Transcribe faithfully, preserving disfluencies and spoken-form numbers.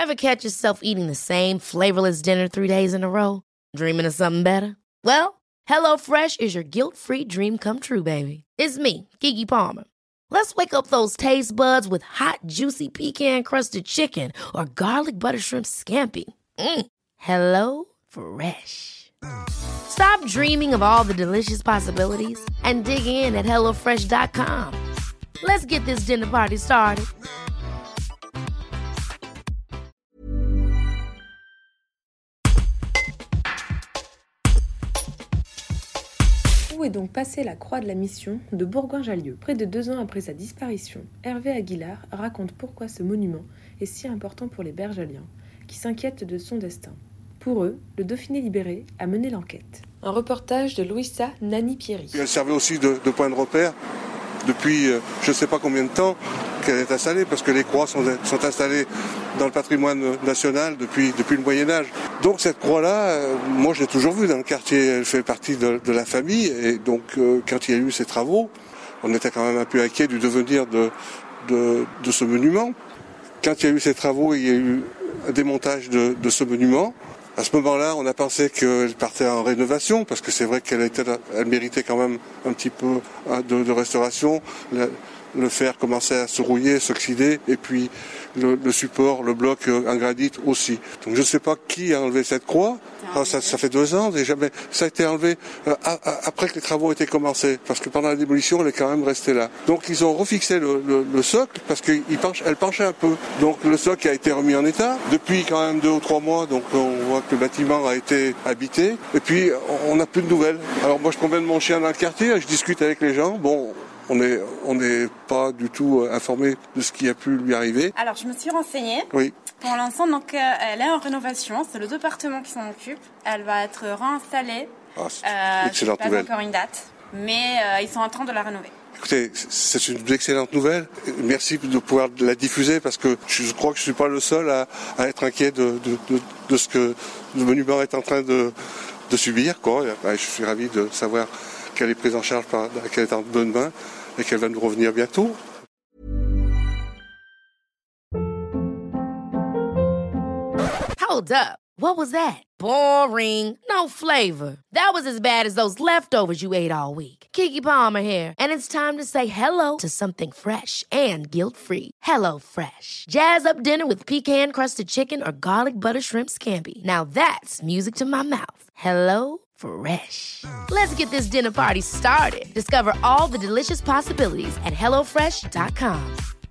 Ever catch yourself eating the same flavorless dinner three days in a row? Dreaming of something better? Well, HelloFresh is your guilt-free dream come true, baby. It's me, Keke Palmer. Let's wake up those taste buds with hot, juicy pecan-crusted chicken or garlic butter shrimp scampi. Mm. Hello Fresh. Stop dreaming of all the delicious possibilities and dig in at hello fresh dot com. Let's get this dinner party started. Où est donc passée la croix de la mission de Bourgoin-Jallieu? Près de deux ans après sa disparition, Hervé Aguilar raconte pourquoi ce monument est si important pour les Bergaliens, qui s'inquiètent de son destin. Pour eux, le Dauphiné libéré a mené l'enquête. Un reportage de Louisa Nani-Pierry. Elle servait aussi de, de point de repère depuis euh, je ne sais pas combien de temps qu'elle est installée, parce que les croix sont, sont installées dans le patrimoine national depuis, depuis le Moyen-Âge. Donc cette croix-là, euh, moi je l'ai toujours vue dans le quartier, elle fait partie de, de la famille, et donc euh, quand il y a eu ces travaux, on était quand même un peu inquiet du devenir de, de, de ce monument. Quand il y a eu ces travaux, il y a eu un démontage de, de ce monument. À ce moment-là, on a pensé qu'elle partait en rénovation, parce que c'est vrai qu'elle était, elle méritait quand même un petit peu de, de restauration. Le, le fer commençait à se rouiller, s'oxyder, et puis le, le support, le bloc en granit aussi. Donc je ne sais pas qui a enlevé cette croix. Ah, ça, ça fait deux ans déjà, mais ça a été enlevé euh, à, à, après que les travaux étaient commencés, parce que pendant la démolition, elle est quand même restée là. Donc ils ont refixé le, le, le socle, parce qu'elle penche, penchait un peu. Donc le socle a été remis en état. Depuis quand même deux ou trois mois, donc on voit que le bâtiment a été habité. Et puis on n'a plus de nouvelles. Alors moi je promène mon chien dans le quartier, je discute avec les gens. Bon, on n'est on n'est pas du tout informé de ce qui a pu lui arriver. Alors je me suis renseignée. Oui. Pour l'instant, donc, euh, elle est en rénovation. C'est le département qui s'en occupe. Elle va être réinstallée. Ah, c'est euh, excellente pas nouvelle. Encore une date, mais euh, ils sont en train de la rénover. Écoutez, c'est une excellente nouvelle. Merci de pouvoir la diffuser, parce que je crois que je suis pas le seul à, à être inquiet de, de, de, de ce que le monument est en train de, de subir, quoi. Je suis ravi de savoir qu'elle est prise en charge, par, qu'elle est en bonne main et qu'elle va nous revenir bientôt. Hold up. What was that? Boring. No flavor. That was as bad as those leftovers you ate all week. Keke Palmer here, and it's time to say hello to something fresh and guilt-free. Hello Fresh. Jazz up dinner with pecan-crusted chicken or garlic butter shrimp scampi. Now that's music to my mouth. Hello Fresh. Let's get this dinner party started. Discover all the delicious possibilities at hello fresh dot com.